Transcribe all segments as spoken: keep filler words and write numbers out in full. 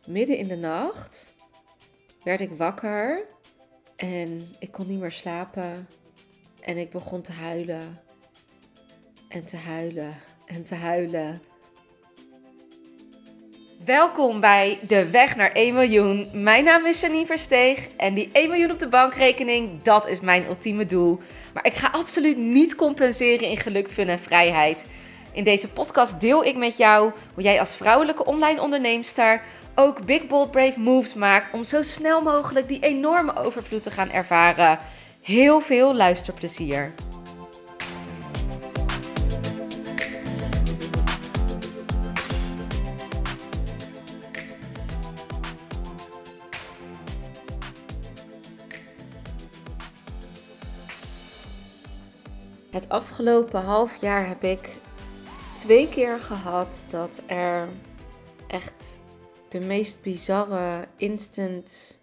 midden in de nacht werd ik wakker en ik kon niet meer slapen. En ik begon te huilen en te huilen en te huilen. Welkom bij De Weg naar één miljoen. Mijn naam is Janine Versteeg en die één miljoen op de bankrekening, dat is mijn ultieme doel. Maar ik ga absoluut niet compenseren in geluk, fun en vrijheid. In deze podcast deel ik met jou hoe jij als vrouwelijke online onderneemster ook big, bold, brave moves maakt om zo snel mogelijk die enorme overvloed te gaan ervaren. Heel veel luisterplezier. Het afgelopen half jaar heb ik twee keer gehad dat er echt de meest bizarre instant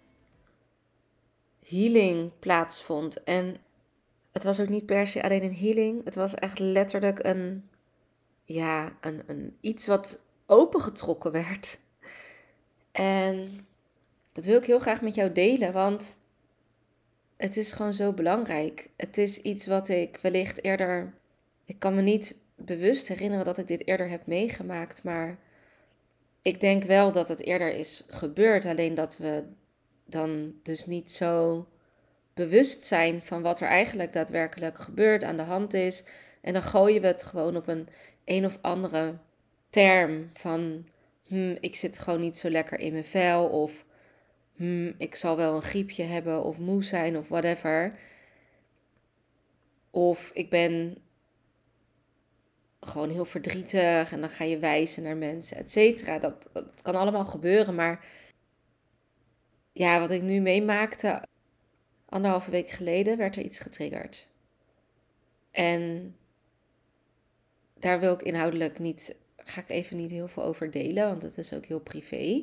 healing plaatsvond. En het was ook niet per se alleen een healing. Het was echt letterlijk een, ja, een, een iets wat opengetrokken werd. En dat wil ik heel graag met jou delen, want het is gewoon zo belangrijk. Het is iets wat ik wellicht eerder... Ik kan me niet bewust herinneren dat ik dit eerder heb meegemaakt, maar ik denk wel dat het eerder is gebeurd. Alleen dat we dan dus niet zo bewust zijn van wat er eigenlijk daadwerkelijk gebeurt, aan de hand is. En dan gooien we het gewoon op een een of andere term van... Hmm, ik zit gewoon niet zo lekker in mijn vel, of... Hmm, ik zal wel een griepje hebben of moe zijn of whatever. Of ik ben gewoon heel verdrietig en dan ga je wijzen naar mensen, et cetera. Dat, dat kan allemaal gebeuren, maar ja, wat ik nu meemaakte, anderhalve week geleden werd er iets getriggerd. En daar wil ik inhoudelijk niet, ga ik even niet heel veel over delen, want het is ook heel privé.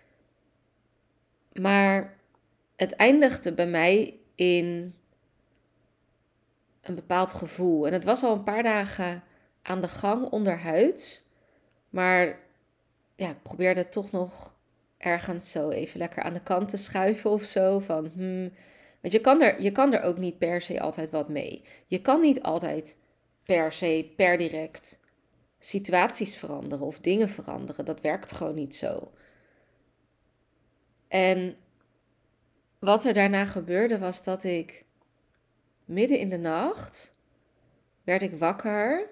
Maar het eindigde bij mij in een bepaald gevoel. En het was al een paar dagen aan de gang onderhuids. Maar ja, ik probeerde toch nog ergens zo even lekker aan de kant te schuiven of zo. Van, hmm. Want je kan, er, je kan er ook niet per se altijd wat mee. Je kan niet altijd per se, per direct situaties veranderen of dingen veranderen. Dat werkt gewoon niet zo. En wat er daarna gebeurde was dat ik midden in de nacht werd ik wakker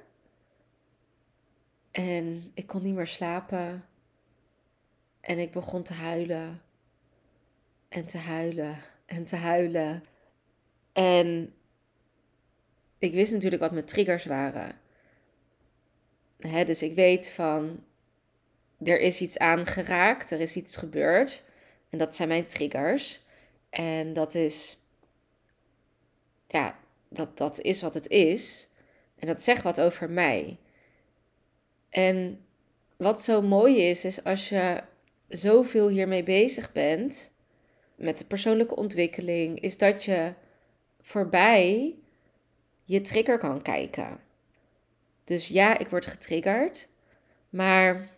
en ik kon niet meer slapen en ik begon te huilen en te huilen en te huilen. En ik wist natuurlijk wat mijn triggers waren. He, dus ik weet van, er is iets aangeraakt, er is iets gebeurd en dat zijn mijn triggers. En dat is, ja, dat, dat is wat het is. En dat zegt wat over mij. En wat zo mooi is, is als je zoveel hiermee bezig bent, met de persoonlijke ontwikkeling, is dat je voorbij je trigger kan kijken. Dus ja, ik word getriggerd, maar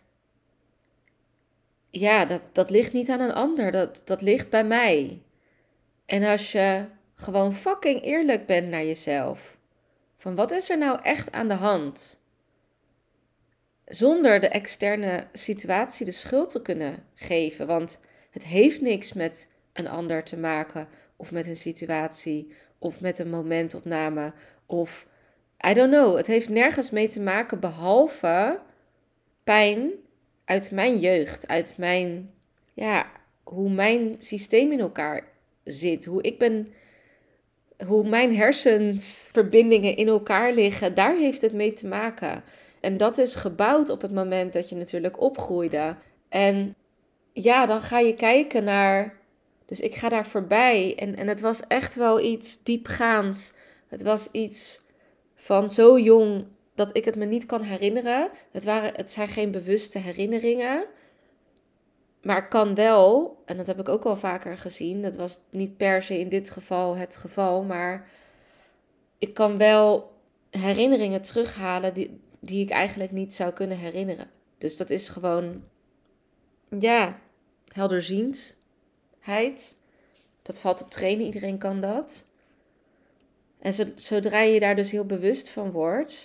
ja, dat, dat ligt niet aan een ander, dat, dat ligt bij mij. En als je gewoon fucking eerlijk bent naar jezelf, van wat is er nou echt aan de hand? Zonder de externe situatie de schuld te kunnen geven. Want het heeft niks met een ander te maken. Of met een situatie. Of met een momentopname. Of, I don't know. Het heeft nergens mee te maken behalve pijn uit mijn jeugd. Uit mijn, ja, hoe mijn systeem in elkaar zit. Hoe ik ben, hoe mijn hersensverbindingen in elkaar liggen. Daar heeft het mee te maken. En dat is gebouwd op het moment dat je natuurlijk opgroeide. En ja, dan ga je kijken naar... Dus ik ga daar voorbij. En, en het was echt wel iets diepgaands. Het was iets van zo jong dat ik het me niet kan herinneren. Het, waren, het zijn geen bewuste herinneringen. Maar ik kan wel, en dat heb ik ook al vaker gezien... Dat was niet per se in dit geval het geval. Maar ik kan wel herinneringen terughalen... die die ik eigenlijk niet zou kunnen herinneren. Dus dat is gewoon, ja, helderziendheid. Dat valt te trainen, iedereen kan dat. En zodra je daar dus heel bewust van wordt,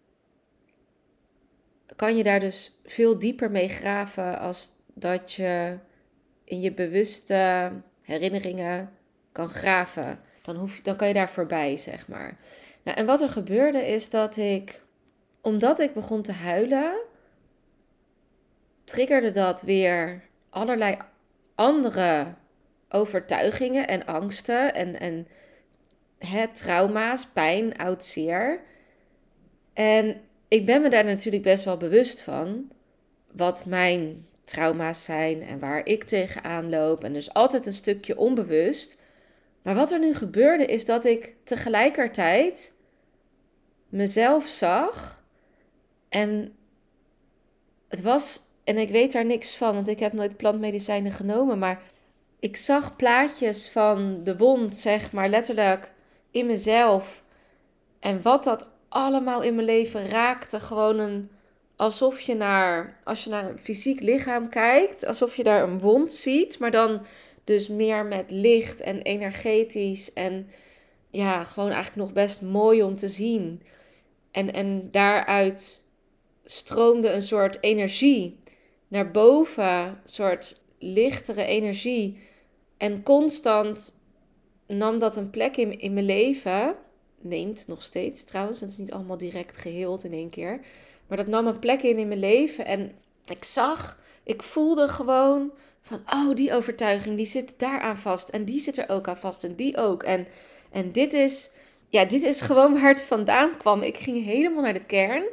kan je daar dus veel dieper mee graven als dat je in je bewuste herinneringen kan graven. Dan, hoef je, dan kan je daar voorbij, zeg maar. Nou, en wat er gebeurde is dat ik, omdat ik begon te huilen, triggerde dat weer allerlei andere overtuigingen en angsten en, en hè, trauma's, pijn, oud zeer. En ik ben me daar natuurlijk best wel bewust van wat mijn trauma's zijn en waar ik tegenaan loop. En dus altijd een stukje onbewust. Maar wat er nu gebeurde is dat ik tegelijkertijd mezelf zag. En het was, en ik weet daar niks van, want ik heb nooit plantmedicijnen genomen. Maar ik zag plaatjes van de wond, zeg maar, letterlijk in mezelf. En wat dat allemaal in mijn leven raakte, gewoon een, alsof je naar, als je naar een fysiek lichaam kijkt, alsof je daar een wond ziet, maar dan dus meer met licht en energetisch en ja, gewoon eigenlijk nog best mooi om te zien. En, en daaruit stroomde een soort energie naar boven, een soort lichtere energie. En constant nam dat een plek in, in mijn leven, neemt nog steeds trouwens, het is niet allemaal direct geheeld in één keer. Maar dat nam een plek in in mijn leven en ik zag, ik voelde gewoon van, oh, die overtuiging, die zit daar aan vast. En die zit er ook aan vast en die ook. En, en dit is, ja, dit is gewoon waar het vandaan kwam. Ik ging helemaal naar de kern.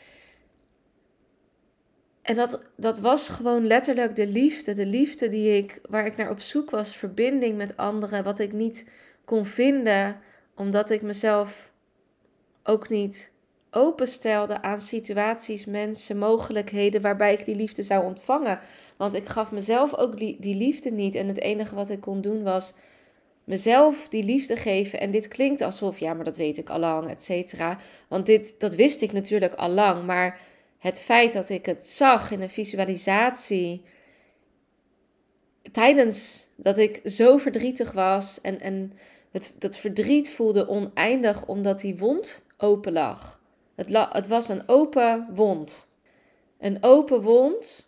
En dat, dat was gewoon letterlijk de liefde. De liefde die ik, waar ik naar op zoek was, verbinding met anderen. Wat ik niet kon vinden, omdat ik mezelf ook niet openstelde aan situaties, mensen, mogelijkheden waarbij ik die liefde zou ontvangen. Want ik gaf mezelf ook die, die liefde niet. En het enige wat ik kon doen was mezelf die liefde geven. En dit klinkt alsof, ja, maar dat weet ik al lang, et cetera. Want dit, dat wist ik natuurlijk al lang. Maar het feit dat ik het zag in een visualisatie, tijdens dat ik zo verdrietig was en, en het, dat verdriet voelde oneindig omdat die wond open lag. Het, la, het was een open wond. Een open wond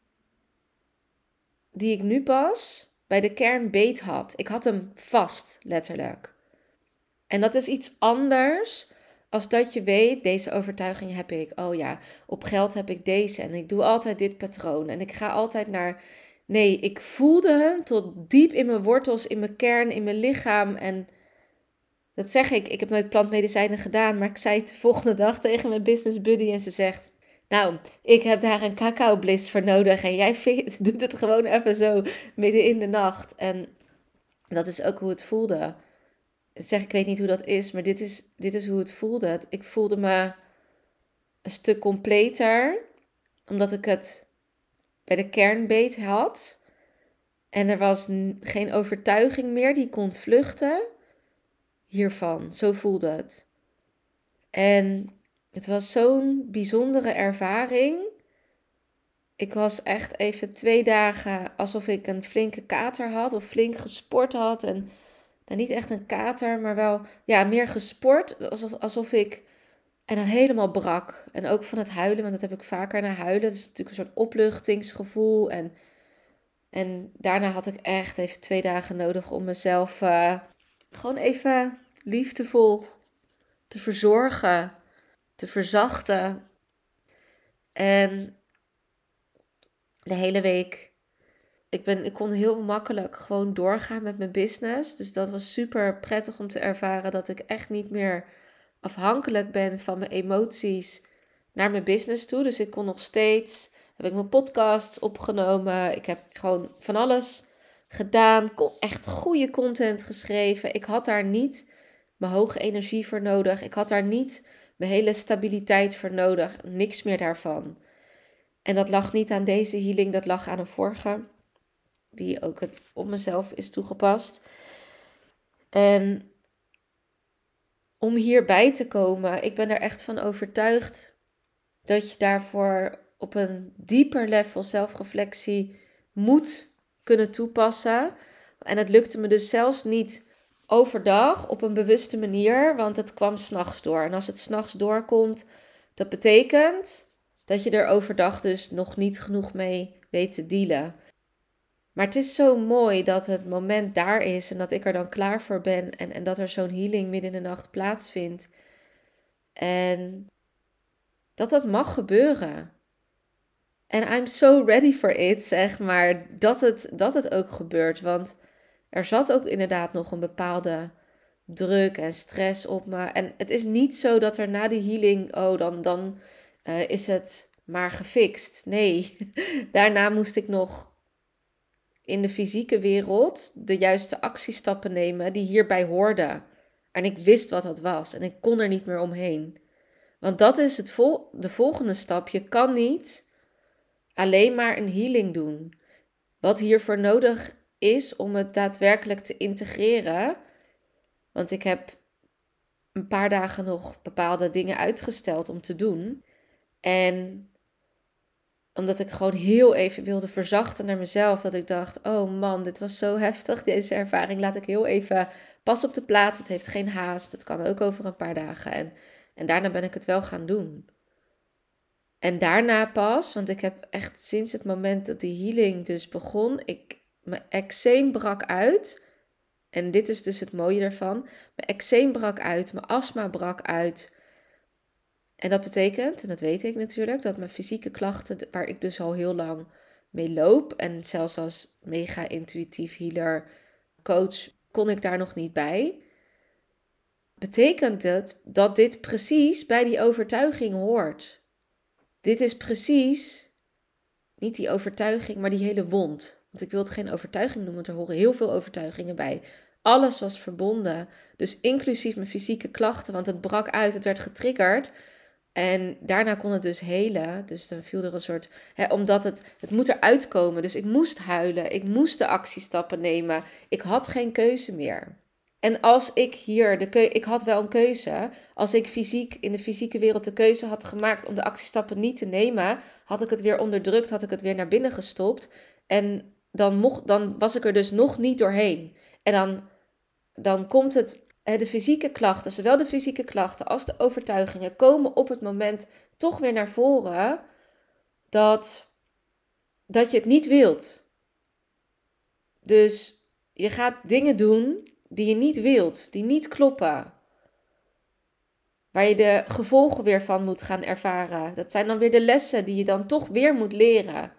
die ik nu pas bij de kern beet had. Ik had hem vast, letterlijk. En dat is iets anders als dat je weet, deze overtuiging heb ik. Oh ja, op geld heb ik deze en ik doe altijd dit patroon. En ik ga altijd naar... Nee, ik voelde hem tot diep in mijn wortels, in mijn kern, in mijn lichaam. En dat zeg ik, ik heb nooit plantmedicijnen gedaan, maar ik zei het de volgende dag tegen mijn business buddy en ze zegt, nou, ik heb daar een cacao bliss voor nodig en jij doet het gewoon even zo midden in de nacht. En dat is ook hoe het voelde. Ik zeg, ik weet niet hoe dat is, maar dit is, dit is hoe het voelde. Ik voelde me een stuk completer, omdat ik het bij de kernbeet had. En er was geen overtuiging meer die kon vluchten hiervan. Zo voelde het. En het was zo'n bijzondere ervaring. Ik was echt even twee dagen alsof ik een flinke kater had of flink gesport had. En nou, niet echt een kater, maar wel ja, meer gesport. Alsof, alsof ik... En dan helemaal brak. En ook van het huilen, want dat heb ik vaker na huilen. Dat is natuurlijk een soort opluchtingsgevoel. En, en daarna had ik echt even twee dagen nodig om mezelf uh, gewoon even liefdevol te verzorgen. Te verzachten. En de hele week, ik, ben, ik kon heel makkelijk gewoon doorgaan met mijn business. Dus dat was super prettig om te ervaren dat ik echt niet meer afhankelijk ben van mijn emoties naar mijn business toe. Dus ik kon nog steeds, heb ik mijn podcasts opgenomen. Ik heb gewoon van alles gedaan. Echt goede content geschreven. Ik had daar niet mijn hoge energie voor nodig. Ik had daar niet mijn hele stabiliteit voor nodig. Niks meer daarvan. En dat lag niet aan deze healing, dat lag aan een vorige. Die ook het op mezelf is toegepast. En om hierbij te komen, ik ben er echt van overtuigd dat je daarvoor op een dieper level zelfreflectie moet kunnen toepassen. En het lukte me dus zelfs niet overdag op een bewuste manier, want het kwam 's nachts door. En als het 's nachts doorkomt, dat betekent dat je er overdag dus nog niet genoeg mee weet te dealen. Maar het is zo mooi dat het moment daar is en dat ik er dan klaar voor ben en, en dat er zo'n healing midden in de nacht plaatsvindt. En dat dat mag gebeuren. En I'm so ready for it, zeg maar, dat het, dat het ook gebeurt. Want er zat ook inderdaad nog een bepaalde druk en stress op me. En het is niet zo dat er na die healing, oh, dan, dan uh, is het maar gefixt. Nee, daarna moest ik nog in de fysieke wereld de juiste actiestappen nemen die hierbij hoorden. En ik wist wat dat was en ik kon er niet meer omheen. Want dat is het vol- de volgende stap. Je kan niet alleen maar een healing doen. Wat hiervoor nodig is om het daadwerkelijk te integreren. Want ik heb een paar dagen nog bepaalde dingen uitgesteld om te doen. En omdat ik gewoon heel even wilde verzachten naar mezelf. Dat ik dacht, oh man, dit was zo heftig, deze ervaring. Laat ik heel even pas op de plaats. Het heeft geen haast. Het kan ook over een paar dagen. En, en daarna ben ik het wel gaan doen. En daarna pas, want ik heb echt sinds het moment dat die healing dus begon, ik, mijn eczeem brak uit. En dit is dus het mooie ervan. Mijn eczeem brak uit, mijn astma brak uit. En dat betekent, en dat weet ik natuurlijk, dat mijn fysieke klachten, waar ik dus al heel lang mee loop, en zelfs als mega-intuïtief healer, coach, kon ik daar nog niet bij. Betekent het dat dit precies bij die overtuiging hoort. Dit is precies, niet die overtuiging, maar die hele wond. Want ik wil het geen overtuiging noemen, want er horen heel veel overtuigingen bij. Alles was verbonden, dus inclusief mijn fysieke klachten, want het brak uit, het werd getriggerd. En daarna kon het dus helen. Dus dan viel er een soort, hè, omdat het, het moet eruit komen. Dus ik moest huilen, ik moest de actiestappen nemen. Ik had geen keuze meer. En als ik hier, de keu- ik had wel een keuze. Als ik fysiek in de fysieke wereld de keuze had gemaakt om de actiestappen niet te nemen, had ik het weer onderdrukt, had ik het weer naar binnen gestopt. En dan, mocht, dan was ik er dus nog niet doorheen. En dan, dan komt het, de fysieke klachten, zowel de fysieke klachten als de overtuigingen, komen op het moment toch weer naar voren dat, dat je het niet wilt. Dus je gaat dingen doen die je niet wilt, die niet kloppen. Waar je de gevolgen weer van moet gaan ervaren. Dat zijn dan weer de lessen die je dan toch weer moet leren.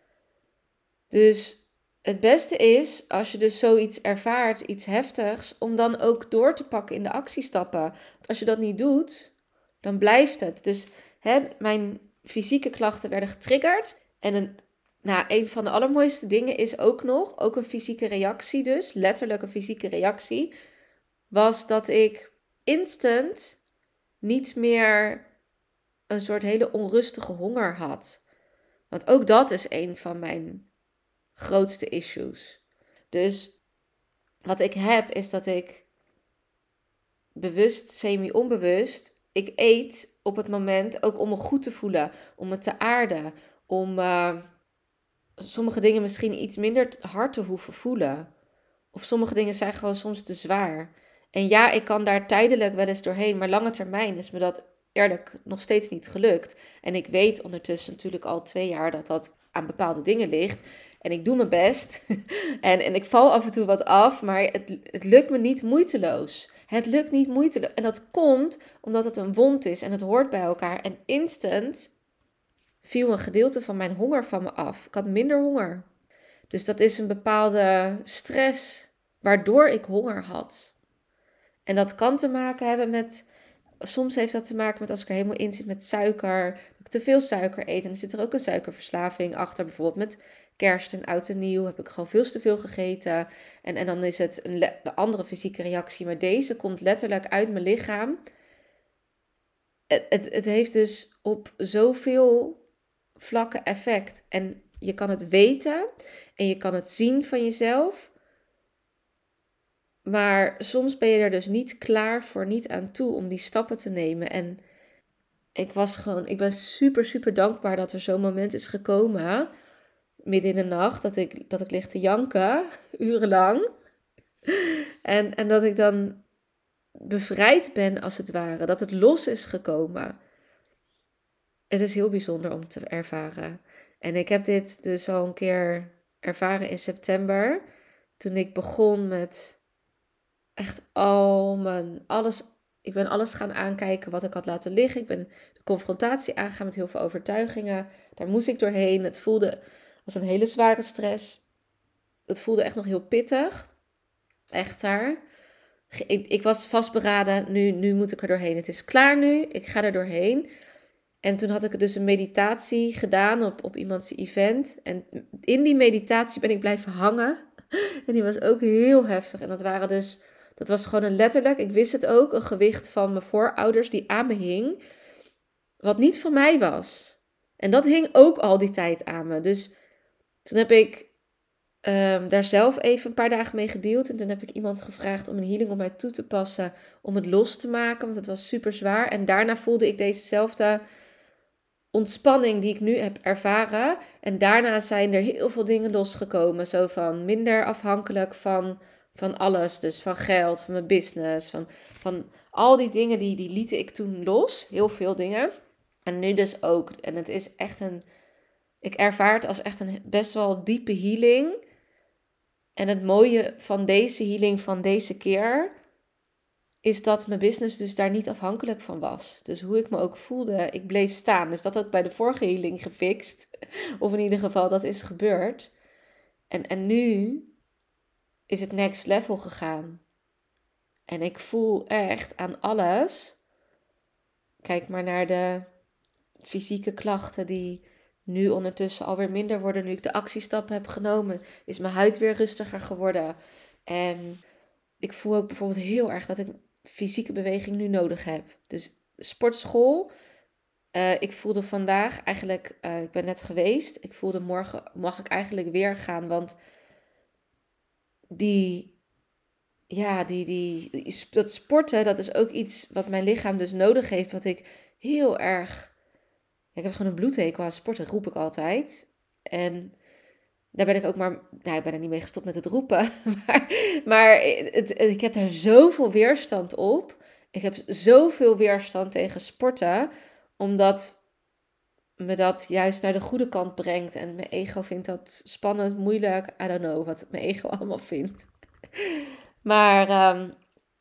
Dus het beste is, als je dus zoiets ervaart, iets heftigs, om dan ook door te pakken in de actiestappen. Want als je dat niet doet, dan blijft het. Dus hè, mijn fysieke klachten werden getriggerd. En een, nou, een van de allermooiste dingen is ook nog, ook een fysieke reactie dus, letterlijk een fysieke reactie, was dat ik instant niet meer een soort hele onrustige honger had. Want ook dat is een van mijn grootste issues. Dus wat ik heb is dat ik bewust, semi-onbewust, ik eet op het moment ook om me goed te voelen, om me te aarden, om uh, sommige dingen misschien iets minder hard te hoeven voelen. Of sommige dingen zijn gewoon soms te zwaar. En ja, ik kan daar tijdelijk wel eens doorheen, maar lange termijn is me dat eerlijk nog steeds niet gelukt. En ik weet ondertussen natuurlijk al twee jaar dat dat aan bepaalde dingen ligt. En ik doe mijn best. en, en ik val af en toe wat af, maar het, het lukt me niet moeiteloos. Het lukt niet moeiteloos. En dat komt omdat het een wond is en het hoort bij elkaar. En instant viel een gedeelte van mijn honger van me af. Ik had minder honger. Dus dat is een bepaalde stress waardoor ik honger had. En dat kan te maken hebben met, soms heeft dat te maken met als ik er helemaal in zit met suiker, dat ik te veel suiker eet. En dan zit er ook een suikerverslaving achter, bijvoorbeeld met kerst en oud en nieuw heb ik gewoon veel te veel gegeten. En, en dan is het een, le- een andere fysieke reactie, maar deze komt letterlijk uit mijn lichaam. Het, het, het heeft dus op zoveel vlakken effect. En je kan het weten en je kan het zien van jezelf. Maar soms ben je er dus niet klaar voor, niet aan toe om die stappen te nemen. En ik was gewoon, ik ben super, super dankbaar dat er zo'n moment is gekomen. midden in de nacht, dat ik, dat ik lig te janken, urenlang. En, en dat ik dan bevrijd ben, als het ware. Dat het los is gekomen. Het is heel bijzonder om te ervaren. En ik heb dit dus al een keer ervaren in september. Toen ik begon met echt al mijn alles. Ik ben alles gaan aankijken wat ik had laten liggen. Ik ben de confrontatie aangegaan met heel veel overtuigingen. Daar moest ik doorheen. Het voelde als een hele zware stress. Het voelde echt nog heel pittig. Echt daar. Ik, ik was vastberaden. Nu, nu moet ik er doorheen. Het is klaar nu. Ik ga er doorheen. En toen had ik dus een meditatie gedaan op, op iemands event. En in die meditatie ben ik blijven hangen. En die was ook heel heftig. En dat waren dus, dat was gewoon een letterlijk, ik wist het ook, een gewicht van mijn voorouders die aan me hing. Wat niet van mij was. En dat hing ook al die tijd aan me. Dus toen heb ik um, daar zelf even een paar dagen mee gedeeld. En toen heb ik iemand gevraagd om een healing op mij toe te passen. Om het los te maken, want het was super zwaar. En daarna voelde ik dezezelfde ontspanning die ik nu heb ervaren. En daarna zijn er heel veel dingen losgekomen. Zo van minder afhankelijk van, van alles. Dus van geld, van mijn business. Van, van al die dingen die, die liet ik toen los. Heel veel dingen. En nu dus ook. En het is echt een... Ik ervaar het als echt een best wel diepe healing. En het mooie van deze healing van deze keer is dat mijn business dus daar niet afhankelijk van was. Dus hoe ik me ook voelde, ik bleef staan. Dus dat had ik bij de vorige healing gefixt. Of in ieder geval, dat is gebeurd. En, en nu is het next level gegaan. En ik voel echt aan alles. Kijk maar naar de fysieke klachten die nu ondertussen alweer minder worden. Nu ik de actiestappen heb genomen, is mijn huid weer rustiger geworden. En ik voel ook bijvoorbeeld heel erg dat ik fysieke beweging nu nodig heb. Dus sportschool. Uh, ik voelde vandaag eigenlijk, uh, ik ben net geweest. Ik voelde morgen mag ik eigenlijk weer gaan. Want die, ja, die, die, die, dat sporten, dat is ook iets wat mijn lichaam dus nodig heeft. Wat ik heel erg, ik heb gewoon een bloedhekel aan sporten, roep ik altijd. En daar ben ik ook maar, nou, ik ben er niet mee gestopt met het roepen. Maar, maar het, het, ik heb daar zoveel weerstand op. Ik heb zoveel weerstand tegen sporten. Omdat me dat juist naar de goede kant brengt. En mijn ego vindt dat spannend, moeilijk. I don't know wat mijn ego allemaal vindt. Maar um,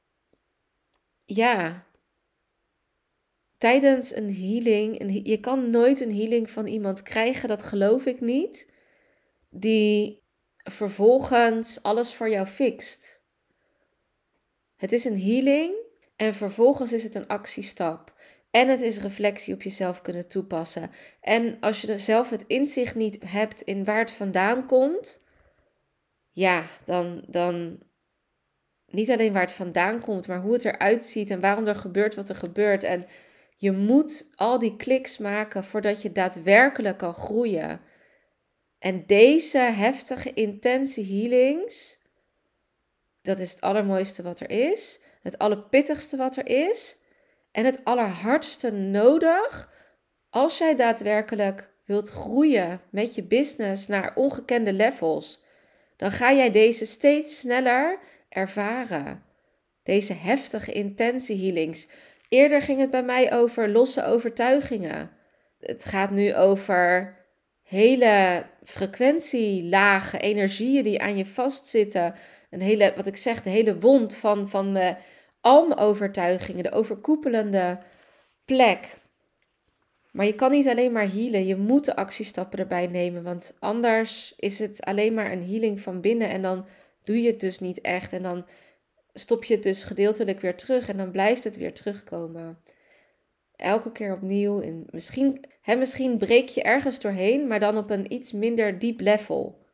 ja, tijdens een healing, een, je kan nooit een healing van iemand krijgen, dat geloof ik niet, die vervolgens alles voor jou fixt. Het is een healing en vervolgens is het een actiestap. En het is reflectie op jezelf kunnen toepassen. En als je er zelf het inzicht niet hebt in waar het vandaan komt, ja, dan, dan niet alleen waar het vandaan komt, maar hoe het eruit ziet en waarom er gebeurt wat er gebeurt. En je moet al die kliks maken voordat je daadwerkelijk kan groeien. En deze heftige, intense healings, dat is het allermooiste wat er is. Het allerpittigste wat er is. En het allerhardste nodig als jij daadwerkelijk wilt groeien met je business naar ongekende levels. Dan ga jij deze steeds sneller ervaren. Deze heftige, intense healings. Eerder ging het bij mij over losse overtuigingen. Het gaat nu over hele frequentielage energieën die aan je vastzitten. Een hele, wat ik zeg, de hele wond van, van mijn, al mijn overtuigingen, de overkoepelende plek. Maar je kan niet alleen maar healen, je moet de actiestappen erbij nemen, want anders is het alleen maar een healing van binnen en dan doe je het dus niet echt en dan stop je het dus gedeeltelijk weer terug en dan blijft het weer terugkomen. Elke keer opnieuw. En misschien, hè, misschien breek je ergens doorheen, maar dan op een iets minder diep level.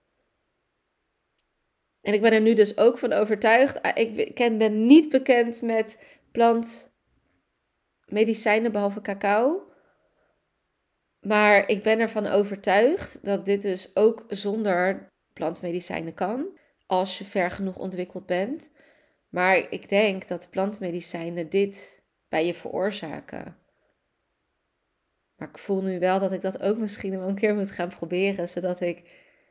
En ik ben er nu dus ook van overtuigd. Ik ben niet bekend met plantmedicijnen behalve cacao. Maar ik ben ervan overtuigd dat dit dus ook zonder plantmedicijnen kan. Als je ver genoeg ontwikkeld bent. Maar ik denk dat plantmedicijnen dit bij je veroorzaken. Maar ik voel nu wel dat ik dat ook misschien wel een keer moet gaan proberen. Zodat ik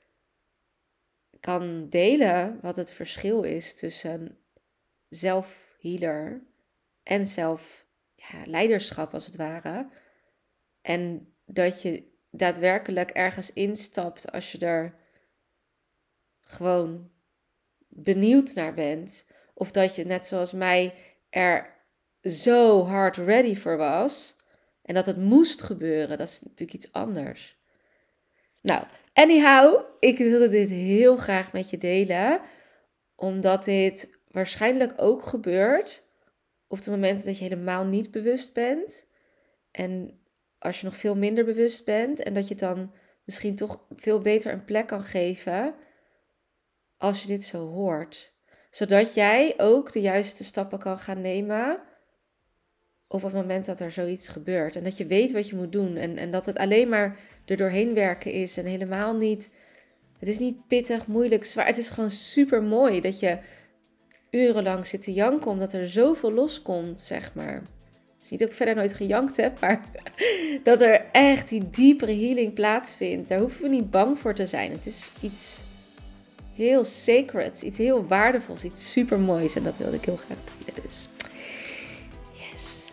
kan delen wat het verschil is tussen zelfhealer en zelf ja, leiderschap als het ware. En dat je daadwerkelijk ergens instapt als je er gewoon benieuwd naar bent. Of dat je net zoals mij er zo hard ready voor was. En dat het moest gebeuren. Dat is natuurlijk iets anders. Nou, anyhow, ik wilde dit heel graag met je delen. Omdat dit waarschijnlijk ook gebeurt op de momenten dat je helemaal niet bewust bent. En als je nog veel minder bewust bent. En dat je dan misschien toch veel beter een plek kan geven als je dit zo hoort. Zodat jij ook de juiste stappen kan gaan nemen op het moment dat er zoiets gebeurt. En dat je weet wat je moet doen. En, en dat het alleen maar er doorheen werken is. En helemaal niet... Het is niet pittig, moeilijk, zwaar. Het is gewoon super mooi dat je urenlang zit te janken. Omdat er zoveel loskomt, zeg maar. Het is niet dat ik verder nooit gejankt heb. Maar dat er echt die diepere healing plaatsvindt. Daar hoeven we niet bang voor te zijn. Het is iets heel sacred. Iets heel waardevols. Iets super moois. En dat wilde ik heel graag delen. Dus yes.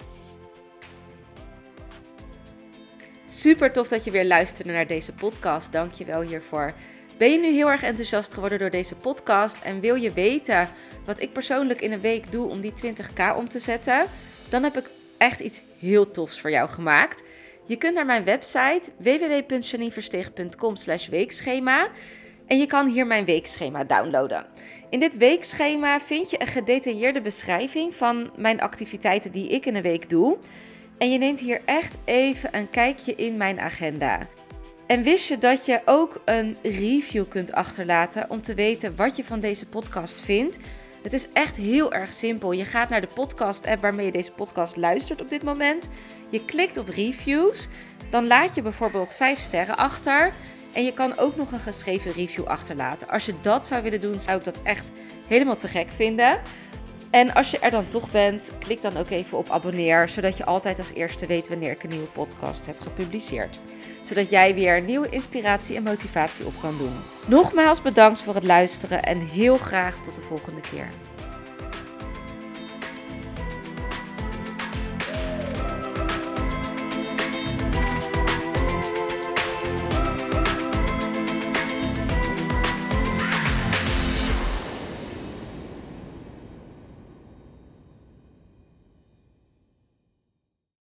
Super tof dat je weer luisterde naar deze podcast. Dank je wel hiervoor. Ben je nu heel erg enthousiast geworden door deze podcast en wil je weten wat ik persoonlijk in een week doe om die twintig k om te zetten? Dan heb ik echt iets heel tofs voor jou gemaakt. Je kunt naar mijn website w w w punt janineverstegen punt com slash weekschema en je kan hier mijn weekschema downloaden. In dit weekschema vind je een gedetailleerde beschrijving van mijn activiteiten die ik in een week doe. En je neemt hier echt even een kijkje in mijn agenda. En wist je dat je ook een review kunt achterlaten om te weten wat je van deze podcast vindt? Het is echt heel erg simpel. Je gaat naar de podcast-app waarmee je deze podcast luistert op dit moment. Je klikt op reviews. Dan laat je bijvoorbeeld vijf sterren achter. En je kan ook nog een geschreven review achterlaten. Als je dat zou willen doen, zou ik dat echt helemaal te gek vinden. En als je er dan toch bent, klik dan ook even op abonneer, zodat je altijd als eerste weet wanneer ik een nieuwe podcast heb gepubliceerd. Zodat jij weer nieuwe inspiratie en motivatie op kan doen. Nogmaals bedankt voor het luisteren en heel graag tot de volgende keer.